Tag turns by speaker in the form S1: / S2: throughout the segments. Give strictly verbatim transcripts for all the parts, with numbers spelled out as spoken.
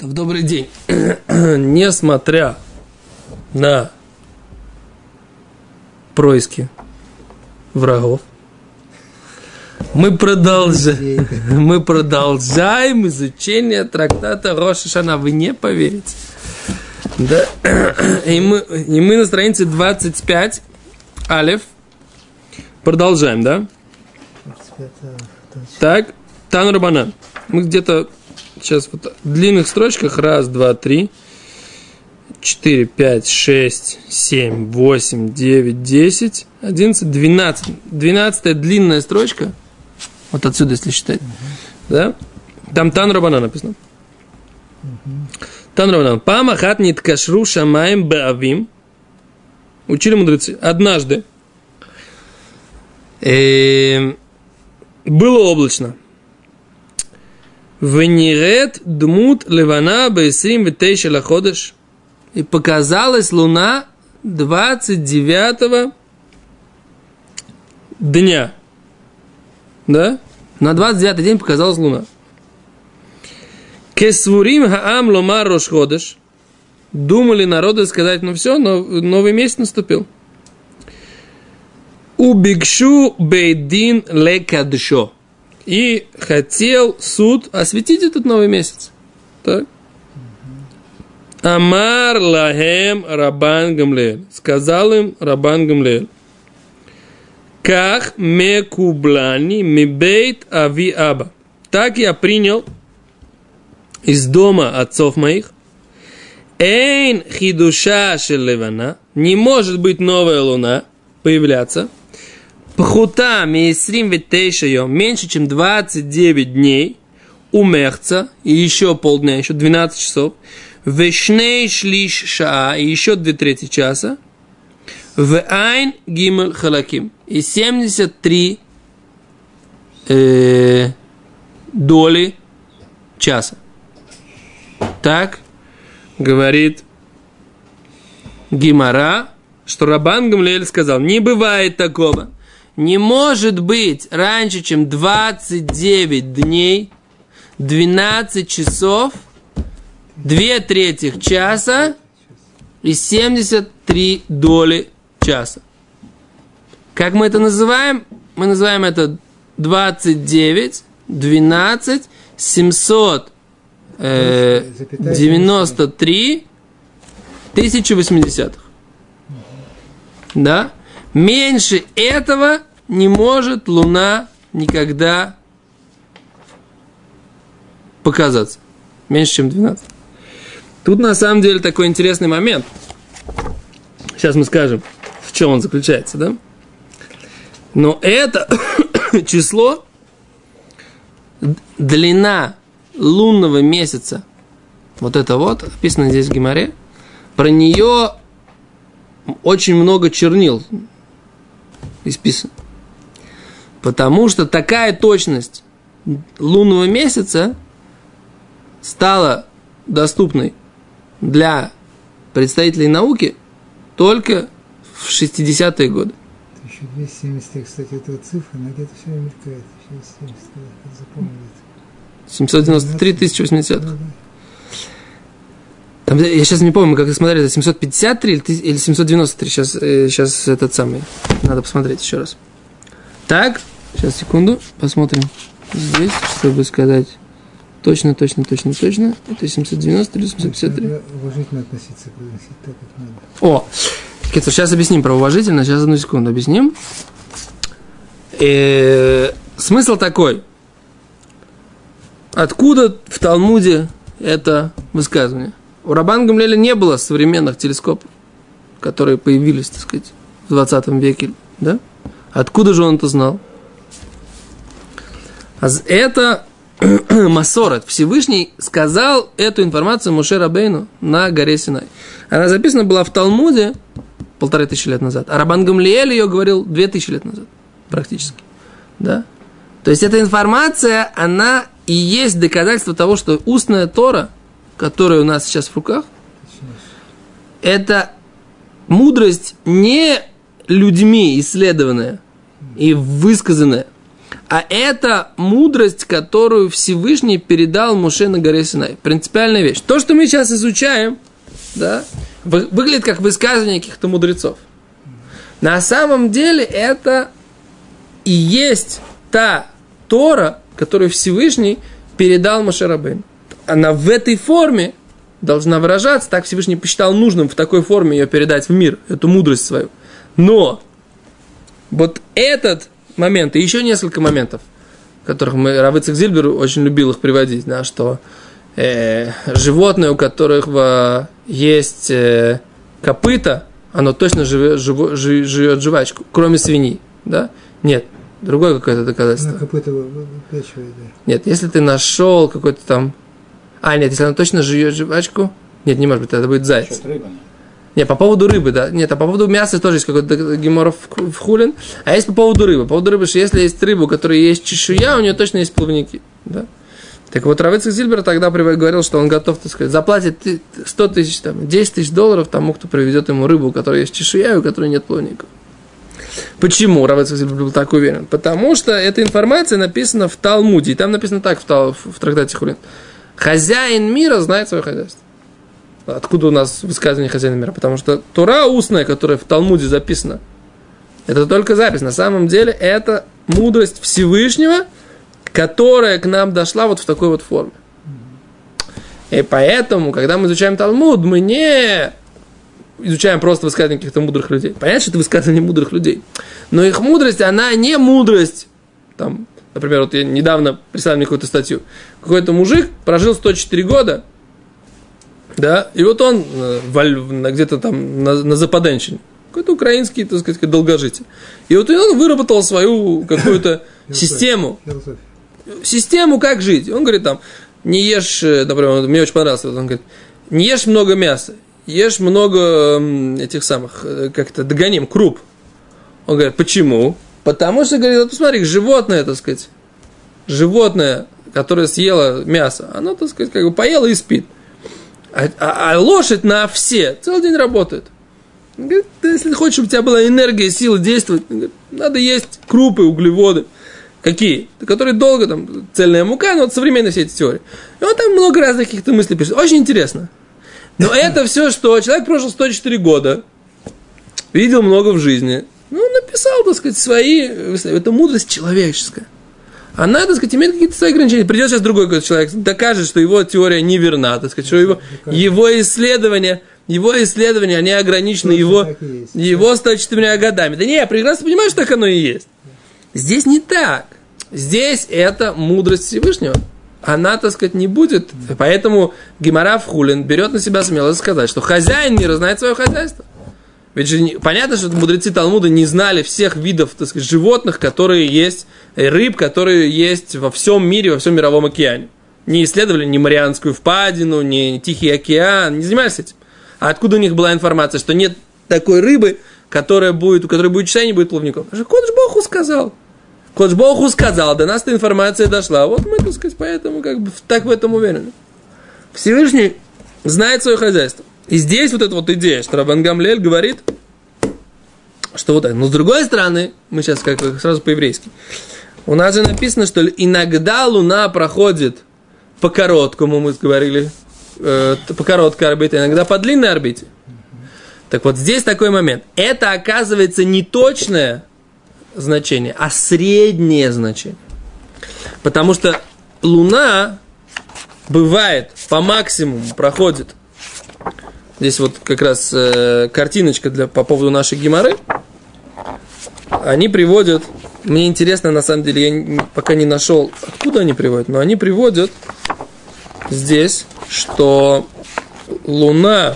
S1: Добрый день. Несмотря на происки врагов, мы продолжаем, мы продолжаем изучение трактата Рош ха-Шана. Вы не поверите. Да? И, мы, и мы на странице двадцать пять, алеф. Продолжаем, да? Так, Тан Рабанан. Мы где-то сейчас вот в длинных строчках. Раз, два, три, четыре, пять, шесть, семь, восемь, девять, десять, одиннадцать, двенадцать. Двенадцатая длинная строчка. Вот отсюда, если считать. Uh-huh. Да? Там Тан Рабанан написано. Uh-huh. Тан Рабанан. Пама хат нит кашру шамаем беавим. Учили мудрецы. Однажды э, было облачно. Венирет дмут левана бейсрим витейша лаходеш. И показалась луна двадцать девятого дня. Да? На двадцать девятый день показалась луна. Кесвурим хаам ломар рош ходеш. Думали народы сказать, ну все, но новый месяц наступил. Убикшу бейдин лекадшо. И хотел суд осветить этот новый месяц. Так. Амар лахем Рабан Гамлиэль. Сказал им Рабан Гамлиэль. Ках мекублани мибейт ави аба. Так я принял из дома отцов моих. Эйн хидуша шелевана. Не может быть новая луна появляться. Пхута мейсрим витейша йом. Меньше, чем двадцать девять дней. У мехца. И еще полдня, еще двенадцать часов. Вешней шлиш шаа. И еще две трети часа. В айн гимель халаким. И семьдесят три э, доли часа. Так говорит Гемара, что Рабан Гамлиэль сказал, не бывает такого. Не может быть раньше, чем двадцать девять дней, двенадцать часов, две трети часа и семьдесят три доли часа. Как мы это называем? Мы называем это двадцать девять, двенадцать, семьсот девяносто три тысячи восьмидесятых. Да? Меньше этого не может луна никогда показаться. Меньше, чем двенадцать. Тут на самом деле такой интересный момент. Сейчас мы скажем, в чем он заключается, да? Но это число, длина лунного месяца, вот это вот, описано здесь в Гемаре, про нее очень много чернил исписано. Потому что такая точность лунного месяца стала доступной для представителей науки только в шестидесятые годы.
S2: тысяча двести семьдесят, кстати, это цифра, она где-то все время мелькает. семьдесят, запомнил это.
S1: семьсот девяносто три тысячи восьмидесятых. Там, я сейчас не помню, как это смотреть, это семьсот пятьдесят три или семьсот девяносто три. Сейчас, сейчас этот самый. Надо посмотреть еще раз. Так, сейчас, секунду, посмотрим здесь, чтобы сказать точно, точно, точно, точно. Это семьсот девяносто или семьсот пятьдесят три.
S2: Уважительно относиться, приносить так, как надо.
S1: О, сейчас объясним про уважительно, сейчас одну секунду объясним. Э-э- смысл такой. Откуда в Талмуде это высказывание? У Рабан Гамлиэля не было современных телескопов, которые появились, так сказать, в двадцатом веке, да? Откуда же он это знал? Это Масорет. Всевышний сказал эту информацию Моше Рабейну на горе Синай. Она записана была в Талмуде полторы тысячи лет назад, а Рабан Гамлиэль ее говорил две тысячи лет назад, практически, да? То есть эта информация, она и есть доказательство того, что устная Тора, которая у нас сейчас в руках, это мудрость не людьми исследованная и высказанная, А это мудрость, которую Всевышний передал Моше на горе Синай. Принципиальная вещь. То, что мы сейчас изучаем, да, выглядит как высказывание каких-то мудрецов. На самом деле это и есть та Тора, которую Всевышний передал Моше Рабейну. Она в этой форме должна выражаться, так Всевышний посчитал нужным в такой форме ее передать в мир, эту мудрость свою. Но вот этот момент и еще несколько моментов, которых мы, Рав Ицхак Зильбер очень любил их приводить, да, что э, животное, у которых в, есть э, копыта, оно точно живет, живо, жи, живет жвачку, кроме свиньи, да? Нет, другое какое-то доказательство.
S2: На копыта выпечивает, да.
S1: Нет, если ты нашел какой-то там... А, нет, если оно точно живет жвачку... Нет, не может быть, это будет заяц.
S3: Что-то рыба, нет?
S1: Нет, по поводу рыбы, да. Нет, а по поводу мяса тоже есть какой-то гемор в хулин. А есть по поводу рыбы. По поводу рыбы, что если есть рыба, у которой есть чешуя, у нее точно есть плавники. Да? Так вот, Рав Ицхак Зильбер тогда говорил, что он готов, так сказать, заплатит сто тысяч, там, десять тысяч долларов тому, кто приведет ему рыбу, у которой есть чешуя, и у которой нет плавников. Почему Рав Ицхак Зильбер был так уверен? Потому что эта информация написана в Талмуде. И там написано так в, Тал, в трактате Хулин. Хозяин мира знает свое хозяйство. Откуда у нас высказывание хозяина мира? Потому что Тора устная, которая в Талмуде записана, это только запись. На самом деле это мудрость Всевышнего, которая к нам дошла вот в такой вот форме. И поэтому, когда мы изучаем Талмуд, мы не изучаем просто высказывания каких-то мудрых людей. Понятно, что это высказывания мудрых людей. Но их мудрость, она не мудрость. Там, например, вот я недавно прислал мне какую-то статью. Какой-то мужик прожил сто четыре года, да, и вот он где-то там на, на Западенщине, какой-то украинский, так сказать, долгожитель. И вот он выработал свою какую-то систему, систему, как жить. Он говорит там, не ешь, например, мне очень понравился, он говорит, не ешь много мяса, ешь много этих самых, как-то догоним, круп. Он говорит, почему? Потому что, говорит, вот посмотри, животное, так сказать, животное, которое съело мясо, оно, так сказать, как бы поело и спит. А, а, а лошадь на все целый день работает. Говорит, если ты хочешь, чтобы у тебя была энергия, сила действовать, говорит, надо есть крупы, углеводы. Какие? Которые долго, там, цельная мука, но вот современные все эти теории. И он там много разных каких-то мыслей пишет. Очень интересно. Но это все, что человек прожил сто четыре года, видел много в жизни, ну, написал, так сказать, свои... Это мудрость человеческая. Она, так сказать, имеет какие-то свои ограничения. Придет сейчас другой какой-то человек, докажет, что его теория неверна, так сказать, что его, его исследования, его исследования, они ограничены его, его ста четырьмя годами. Да не, я прекрасно понимаю, что так оно и есть. Здесь не так. Здесь это мудрость Всевышнего. Она, так сказать, не будет. Поэтому Гемара в Хулин берет на себя смелость сказать, что хозяин мира знает свое хозяйство. Ведь же не, понятно, что мудрецы Талмуда не знали всех видов, так сказать, животных, которые есть, рыб, которые есть во всем мире, во всем мировом океане. Не исследовали ни Марианскую впадину, ни Тихий океан, не занимались этим. А откуда у них была информация, что нет такой рыбы, которая будет, у которой будет часа и не будет плавников? Кодж Боху сказал. Кодж Боху сказал, до нас эта информация дошла. Вот мы, так сказать, поэтому как бы так в этом уверены. Всевышний знает свое хозяйство. И здесь вот эта вот идея, что Рабан Гамлиэль говорит, что вот это. Но с другой стороны, мы сейчас как сразу по-еврейски. У нас же написано, что иногда Луна проходит по короткому, мы говорили, э, по короткой орбите, иногда по длинной орбите. Так вот здесь такой момент. Это оказывается не точное значение, а среднее значение. Потому что Луна бывает по максимуму проходит. Здесь вот как раз э, картиночка для, по поводу нашей геморы. Они приводят, мне интересно, на самом деле, я не, пока не нашел, откуда они приводят, но они приводят здесь, что Луна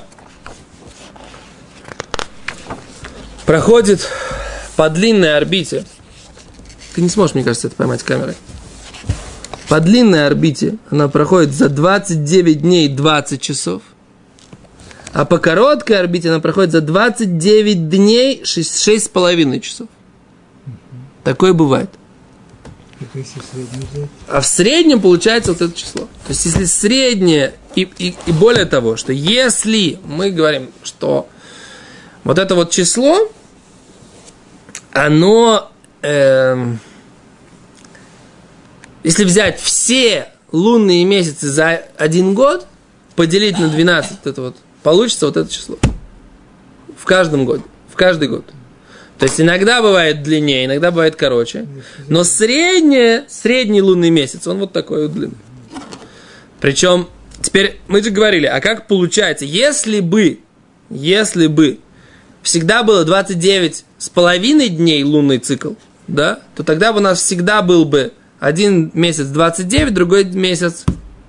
S1: проходит по длинной орбите. Ты не сможешь, мне кажется, это поймать камерой. По длинной орбите она проходит за двадцать девять дней двадцать часов. А по короткой орбите она проходит за двадцать девять дней шесть с половиной часов. Такое бывает. А в среднем получается вот это число. То есть, если среднее, и, и, и более того, что если мы говорим, что вот это вот число, оно э, Если взять все лунные месяцы за один год, поделить на двенадцать, это вот, получится вот это число. В каждом годе, в каждый год. То есть иногда бывает длиннее, иногда бывает короче. Но среднее, средний лунный месяц, он вот такой вот длинный. Причем, теперь мы же говорили, а как получается, если бы, если бы всегда было двадцать девять с половиной дней лунный цикл, да, то тогда бы у нас всегда был бы один месяц двадцать девять, другой месяц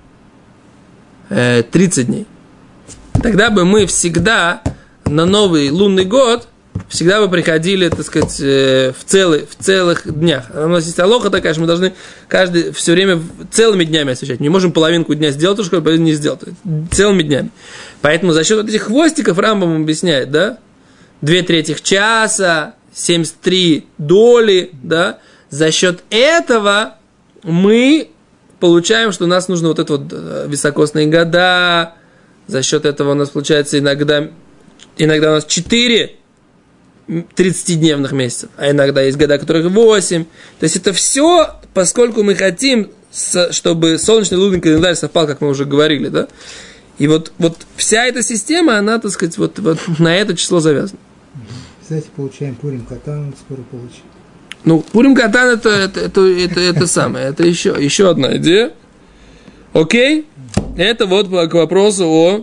S1: э, тридцать дней. Тогда бы мы всегда на новый лунный год всегда бы приходили, так сказать, э, в, целый, в целых днях. У нас есть алоха такая, что мы должны каждый все время целыми днями освещать. Не можем половинку дня сделать, что половину не сделать. Целыми днями. Поэтому за счет вот этих хвостиков Рамбам объясняет, да, две трети часа, семьдесят три доли, да, за счет этого мы получаем, что у нас нужно вот это вот високосные года, за счет этого у нас получается иногда, иногда у нас четыре тридцатидневных месяцев, а иногда есть года, которых восемь. То есть это все, поскольку мы хотим, чтобы солнечный лунный календарь совпал, как мы уже говорили, да. И вот, вот вся эта система, она, так сказать, вот, вот на это число завязана.
S2: Кстати, получаем Пурим Катан, скоро получим.
S1: Ну, Пурим Катан это, это, это, это, это самое, это еще, еще одна идея. Окей? Это вот к вопросу о...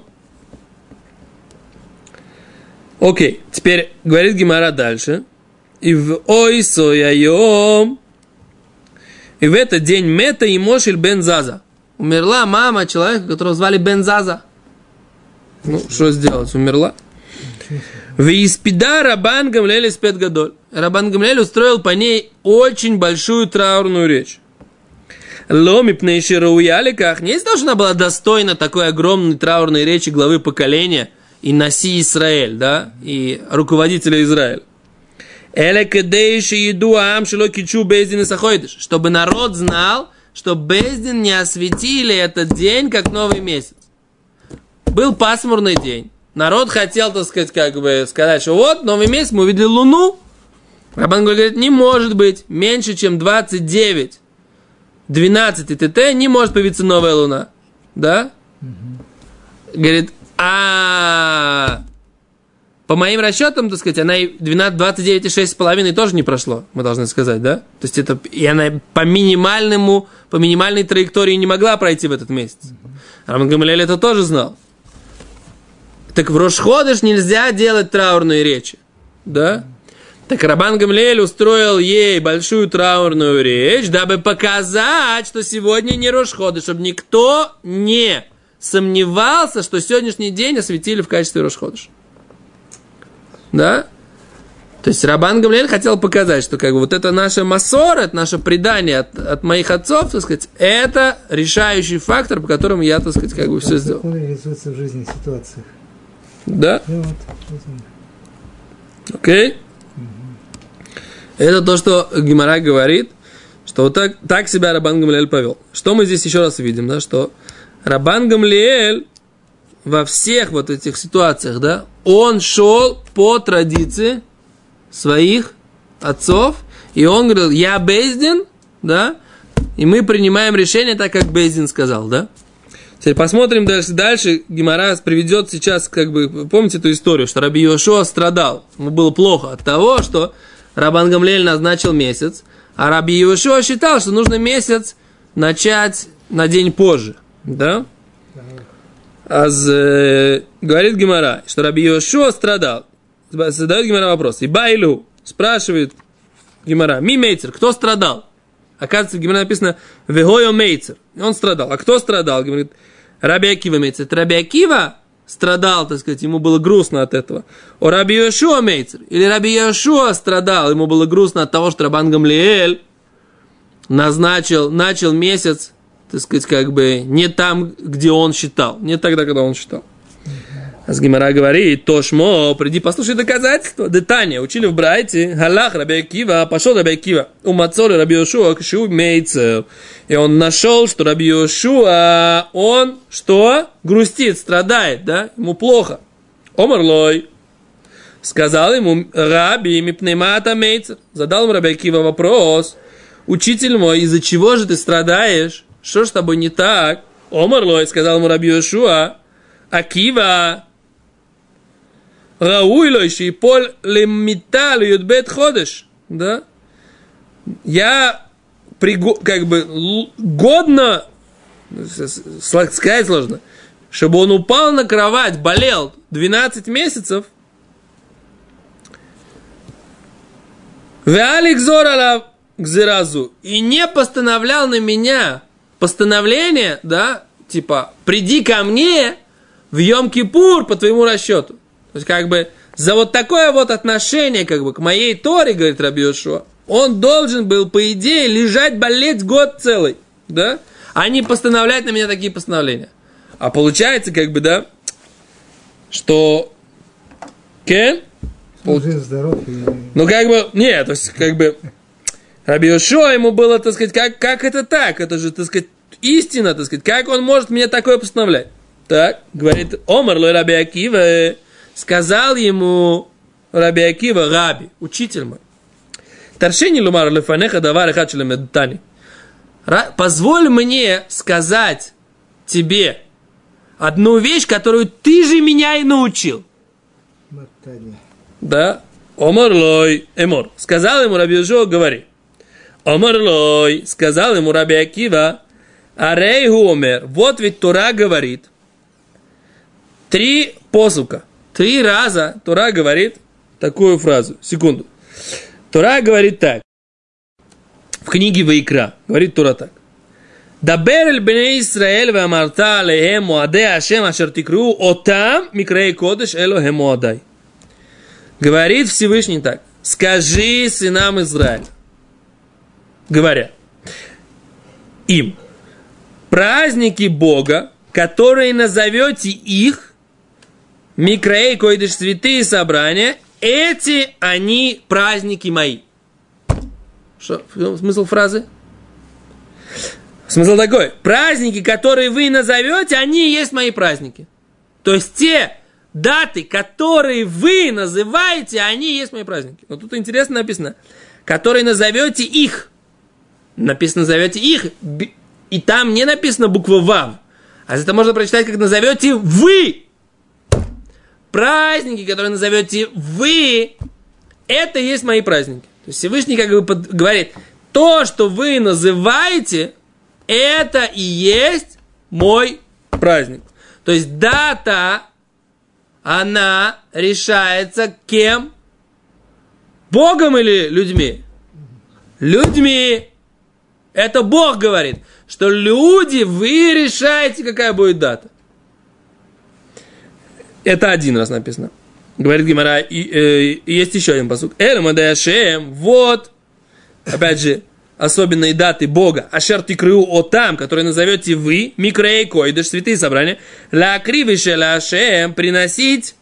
S1: Окей, теперь говорит Гемара дальше. И в ойсояйом, и в этот день мета и Мошель бен Заза. Умерла мама человека, которого звали Бен Заза. Ну, что сделать? Умерла. В Испида Рабан Гамлиэль Испед Гадоль. Рабан Гамлиэль устроил по ней очень большую траурную речь. Ломи пнейши рауяликах. Не из-за того, что она была достойна такой огромной траурной речи главы поколения и Наси Исраэль, да, и руководителя Израиля. Эле кедейши еду аам шело кичу бездин и сахойдыш. Чтобы народ знал, что бездин не осветили этот день как новый месяц. Был пасмурный день. Народ хотел, так сказать, как бы сказать, что вот, новый месяц, мы увидели луну. Рабан говорит, не может быть меньше, чем двадцать девять, двенадцать ТТ, не может появиться новая луна. Да? Mm-hmm. Говорит, а по моим расчетам, так сказать, она двенадцать, двадцать девять и шесть с половиной тоже не прошло, мы должны сказать, да? То есть это, и она по минимальному, по минимальной траектории не могла пройти в этот месяц. Mm-hmm. Рабан Гамлиэль это тоже знал. Так в Рош-ходеш нельзя делать траурные речи, да? Так Рабан Гамлиэль устроил ей большую траурную речь, дабы показать, что сегодня не Рош-ходеш, чтобы никто не сомневался, что сегодняшний день осветили в качестве Рош-ходеш. Да? То есть Рабан Гамлиэль хотел показать, что как бы вот это наше масор, это наше предание от, от моих отцов, так сказать, это решающий фактор, по которому я, так сказать, как бы все сделал.
S2: Он реализуется в жизни ситуациях.
S1: Да?
S2: Ну, вот.
S1: Окей? Okay. Mm-hmm. Это то, что Гемара говорит, что вот так, так себя Рабан Гамлиэль повел. Что мы здесь еще раз видим, да, что Рабан Гамлиэль во всех вот этих ситуациях, да, он шел по традиции своих отцов, и он говорил, я Бейздин, да, и мы принимаем решение так, как Бейздин сказал, да. Теперь посмотрим дальше. Дальше Гемара приведет сейчас, как бы, помните эту историю, что Раби Йошуа страдал. Ему было плохо от того, что Рабан Гамлиэль назначил месяц, а Раби Йошуа считал, что нужно месяц начать на день позже. Да? А э, говорит Гемара, что Раби Йошуа страдал. Задает Гемара вопрос. И Байлю спрашивает Гемара, ми мейцер, кто страдал? Оказывается, в Гемаре написано «Вегойо мейцер». Он страдал. А кто страдал? Говорит, Раби Акива мейцер. Раби Акива страдал, так сказать, ему было грустно от этого. О Раби Йошуа мейцер. Или Раби Йошуа страдал, ему было грустно от того, что Рабан Гамлиэль назначил, начал месяц, так сказать, как бы не там, где он считал. Не тогда, когда он считал. А с Гемара говорит, Тошмо, приди послушай доказательства. Детания, учили в Брайте, Галах Раби Акива, пошел Раби Акива, умацоли Раби Йошуа, кшу мейцер. И он нашел, что Раби Йошуа, он что? Грустит, страдает, да? Ему плохо. Омарлой. Сказал ему Раби мипнемата мейцер. Задал ему Раби Акива вопрос. учитель мой, из-за чего же ты страдаешь? Что ж с тобой не так? Омар лой, сказал ему Раби Йошуа, Акива, Рауй лой, шейполь лемита льютбет ходеш. Да? Я приго- как бы годно, сказать сложно, чтобы он упал на кровать, болел двенадцать месяцев, и не постановлял на меня постановление, да, типа, приди ко мне в Йом-Кипур по твоему расчету. То есть, как бы, за вот такое вот отношение, как бы, к моей Торе, говорит Раби Йошуа, он должен был, по идее, лежать, болеть год целый, да, а не постановлять на меня такие постановления. А получается, как бы, да, что Кен?
S2: Жив, здоров. И...
S1: Ну, как бы, нет, то есть, как бы, Раби Йошуа ему было, так сказать, как, как это так? Это же, так сказать, истина, так сказать, как он может мне такое постановлять? Так, говорит, Омар лой Раби Акива, сказал ему Раби Акива, Раби, учитель мой, Таршени лумар лефанеха давар эхад шелемедтани. Позволь мне сказать тебе одну вещь, которую ты же меня и научил.
S2: Матани.
S1: Да? Омар лой, эмор. Сказал ему Раби Йошуа, говори. Омар лой, сказал ему Раби Акива, арейху омер. Вот ведь Тора говорит. Три посука. Три раза Тора говорит такую фразу. Секунду. Тора говорит так. В книге Ваикра. Говорит Тора так. Дабер эль бней Исраэль ва амарта алейхем муадей Ашем ашер тикру отам микраей кодеш элохем муадай. Говорит Всевышний так. Скажи сынам Израиля. Говоря. Им. Праздники Бога, которые назовете их микраей кодеш святые собрания, эти они праздники мои. Что? Смысл фразы? Смысл такой. Праздники, которые вы назовете, они и есть мои праздники. То есть те даты, которые вы называете, они и есть мои праздники. Вот тут интересно написано. Которые назовете их. Написано назовете их. И там не написано буква Вав. А это можно прочитать, как назовете вы. Праздники, которые назовете вы, это и есть мои праздники. То есть Всевышний как бы под, говорит, то, что вы называете, это и есть мой праздник. То есть дата, она решается кем? Богом или людьми? Людьми. Это Бог говорит, что люди, вы решаете, какая будет дата. Это один раз написано. Говорит Гемара, и, э, есть еще один пасук. Эль мадей Ашем, вот, опять же, особенные даты Бога. Ашер тикру отам, которые назовете вы, микроэй койдеш, святые собрания, ла кривише ла Ашем, приносить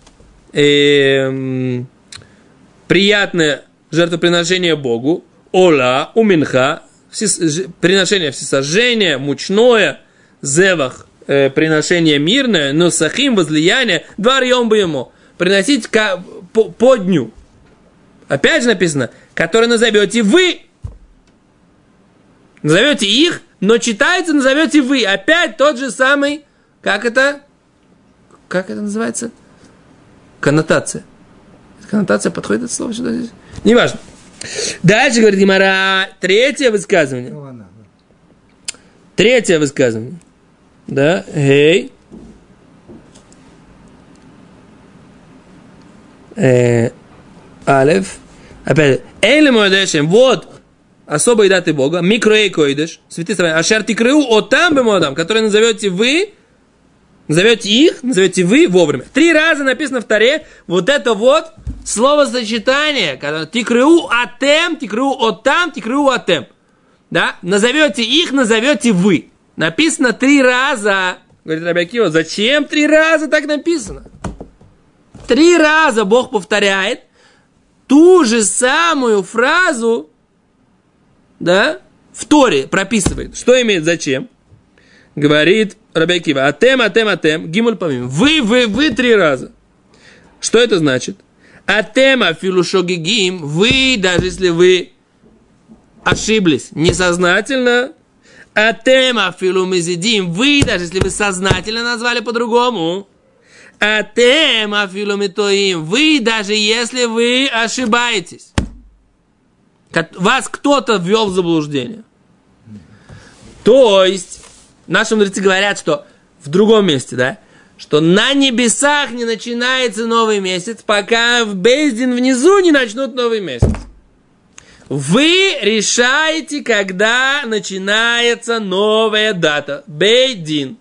S1: э, приятное жертвоприношение Богу, ола, уминха, приношение всесожжения, мучное, зевах, приношение мирное, но сахим, возлияние, два рьем бы ему. Приносить по, по дню. Опять же написано, которые назовете вы. Назовете их, но читается, назовете вы. Опять тот же самый, как это? Как это называется? Коннотация. Коннотация подходит это слово сюда здесь? Неважно. Дальше говорит Гемара, третье высказывание. Третье высказывание. Да, эй. Э, Алеф. Опять. Эйли моэдэшем. Вот особые даты Бога. Микроэй койдеш. Святые собрания. Ашер тикрыу отам бэмодам. Которые назовете вы. Назовете их. Назовете вы вовремя. Три раза написано в Торе. Вот это вот словосочетание. Когда тикрыу атем. Тикрыу отам. Тикрыу атем. Да. Назовете их. Назовете вы. Написано три раза. Говорит Раби Акива, зачем три раза так написано? Три раза Бог повторяет ту же самую фразу, да, в Торе прописывает. Что имеет зачем? Говорит Раби Акива, атем, атем, атем, гимуль помим. Вы, вы, вы три раза. Что это значит? Атем афилу шогигим, вы, даже если вы ошиблись несознательно, а тема филумизидим, вы, даже если вы сознательно назвали по-другому, а тема филумитоим, вы, даже если вы ошибаетесь, вас кто-то ввел в заблуждение. То есть, наши мудрецы говорят, что в другом месте, да, что на небесах не начинается новый месяц, пока в Бейздин внизу не начнут новый месяц. Вы решаете, когда начинается новая дата. Бейдин.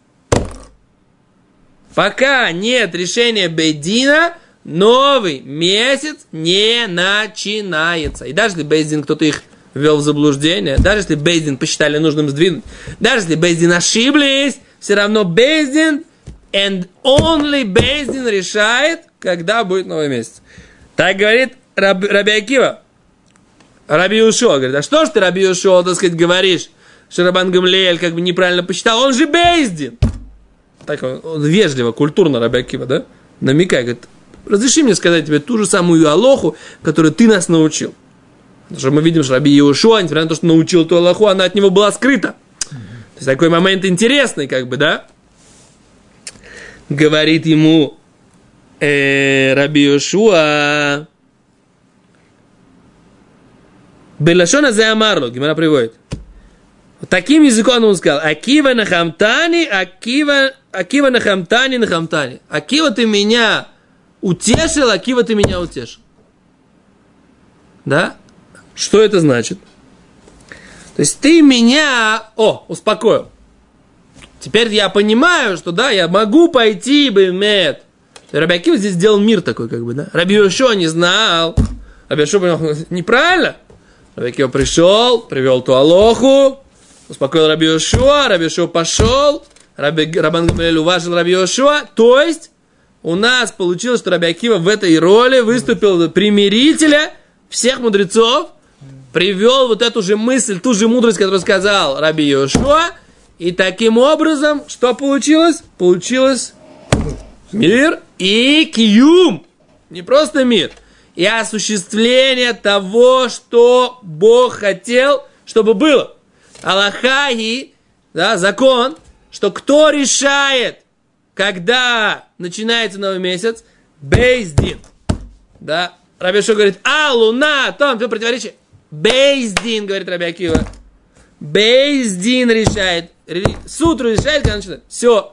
S1: Пока нет решения Бейдина, новый месяц не начинается. И даже если Бейдин, кто-то их ввел в заблуждение, даже если Бейдин посчитали нужным сдвинуть, даже если Бейдин ошиблись, все равно Бейдин and only Бейдин решает, когда будет новый месяц. Так говорит Раб, Раби Акива. Раби Йошуа говорит, а что ж ты, Раби Йошуа, так сказать, говоришь, что Рабан Гамлиэль как бы неправильно посчитал, он же Бейздин. Так он, он вежливо, культурно Раби Акива, да, намекает, говорит, разреши мне сказать тебе ту же самую алоху, которую ты нас научил. Потому что мы видим, что Раби Йошуа, несмотря на то, что научил эту алоху, она от него была скрыта. Mm-hmm. То есть такой момент интересный, как бы, да. Говорит ему э, Раби Йошуа, Белашона зе амарло, Гемара приводит. Таким языком он сказал, Акива нахамтани, Акива, Акива нахамтани, нахамтани. Акива, ты меня утешил, Акива, ты меня утешил. Да? Что это значит? То есть ты меня, о, успокоил. Теперь я понимаю, что да, я могу пойти бы мед. Раби Акива здесь сделал мир такой, как бы, да. Раби Йошуа не знал. Раби Йошуа понял, неправильно. Раби Акива пришел, привел ту алоху, успокоил Раби Йошуа, Раби Йошуа пошел, Раби, Рабан Гамлиэль уважил Раби Йошуа. То есть у нас получилось, что Раби Акива в этой роли выступил примирителя всех мудрецов, привел вот эту же мысль, ту же мудрость, которую сказал Раби Йошуа, и таким образом, что получилось? Получилось мир и киюм. Не просто мир. И осуществление того, что Бог хотел, чтобы было. Аллахаи, да, закон, что кто решает, когда начинается новый месяц? Бейздин. Да. Раби Йошуа говорит, а, луна, там, все противоречие. Бейздин, говорит Раби Акива. Бейздин решает. Суд решает, когда начинает. Все.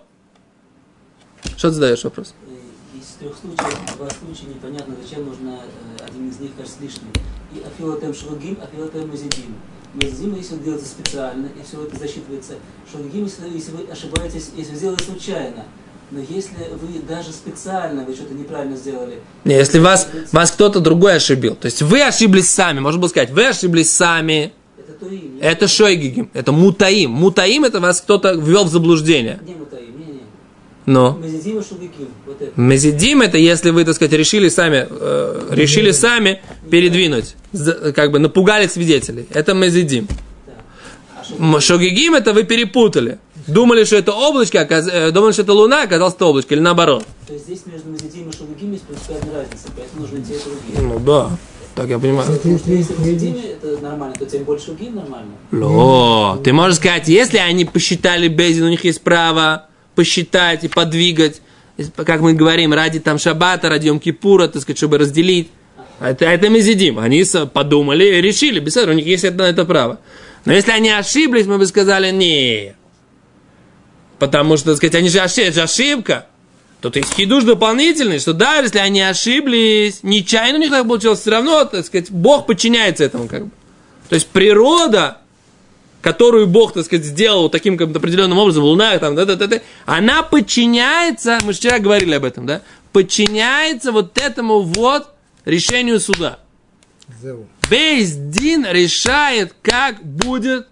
S1: Что ты задаешь вопрос?
S3: Из трех случаев, два случая непонятно, зачем нужно один из них кажется лишним. И афилотем швагим, афилотем мазидим. Мазидим, если он делается специально, и все это засчитывается. Швагим, если вы ошибаетесь, если вы сделали случайно. Но если вы даже специально, вы что-то неправильно сделали.
S1: Не, если вас, вас кто-то другой ошибил. То есть вы ошиблись сами, можно было сказать, вы ошиблись сами.
S3: Это туим.
S1: Это шойгигим, это мутаим. Мутаим это вас кто-то ввел в заблуждение.
S3: Не мутаим, не, не.
S1: Но.
S3: Мезидим и шугигим. Вот это.
S1: Мезидим это если вы, так сказать, решили сами, э, решили сами передвинуть, как бы напугали свидетелей. Это мезидим. Да. Шогигим это вы перепутали. Думали, что это облачко, оказ... думали, что это луна, оказалось это облачко, или наоборот.
S3: То есть здесь между мезидим и шугигим есть принципиальная разница, поэтому нужно идти это другие.
S1: Ну да, так я понимаю.
S3: Потому что если мезидим это нормально, то тем больше шугигим нормально.
S1: Ло, ты можешь сказать, если они посчитали Бейздин, у них есть право посчитать и подвигать, как мы говорим, ради там шаббата, ради Йом-Кипура, так сказать, чтобы разделить. Это, это мезидим. Они подумали и решили, без этого у них есть это, это право. Но если они ошиблись, мы бы сказали, не. Потому что, так сказать, они же ошибка, это же ошибка. Тут есть хидуш дополнительный, что даже если они ошиблись, нечаянно у них так получилось, все равно, так сказать, Бог подчиняется этому как бы. То есть природа, которую Бог, так сказать, сделал таким как-то определенным образом, луна, там, да, да, да, да, она подчиняется, мы же вчера говорили об этом, да, подчиняется вот этому вот решению суда. Бейздин решает, как будет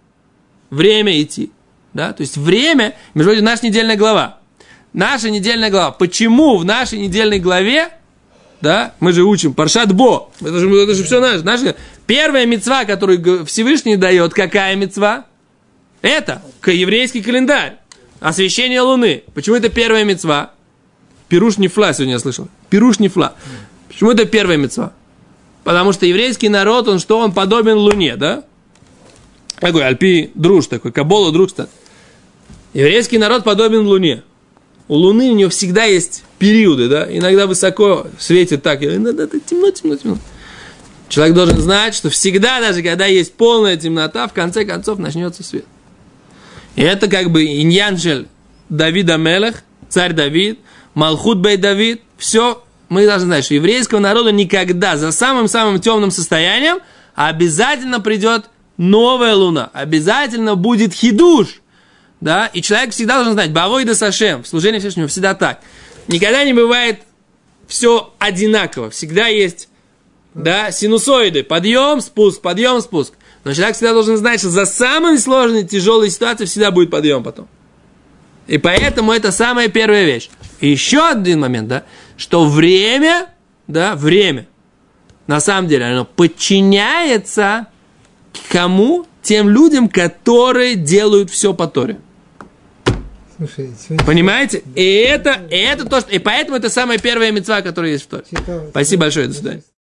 S1: время идти. Да? То есть время, между прочим, наша недельная глава. Наша недельная глава. Почему в нашей недельной главе, да, мы же учим Паршат Бо, это же, это же все наше, наше. Первая мицва, которую Всевышний дает, какая мицва? Это еврейский календарь. Освящение Луны. Почему это первая мицва? Пируш нефла, сегодня я слышал. Пируш нефла. Почему это первая мицва? Потому что еврейский народ, он что? Он подобен Луне, да? Такой альпи друж такой, кабола друж. Еврейский народ подобен Луне. У Луны у нее всегда есть периоды, да, иногда высоко светит так, иногда темно, темно, темно. Человек должен знать, что всегда, даже когда есть полная темнота, в конце концов начнется свет. И это как бы иньяншель Давида Мелех, царь Давид, Малхут бей Давид, все, мы должны знать, что еврейского народа никогда за самым-самым темным состоянием обязательно придет новая луна, обязательно будет хидуш, да, и человек всегда должен знать, бавой да сашем, в служении Всевышнего всегда так. Никогда не бывает все одинаково, всегда есть, да, синусоиды, подъем, спуск, подъем, спуск. Но человек всегда должен знать, что за самые сложные, тяжелые ситуации всегда будет подъем потом. И поэтому это самая первая вещь. И еще один момент, да, что время, да, время, на самом деле, оно подчиняется кому? Тем людям, которые делают все по Торе.
S2: Слушай,
S1: понимаете? И это, и это то, что... И поэтому это самая первая мицва, которая есть в Торе. Спасибо большое, до свидания.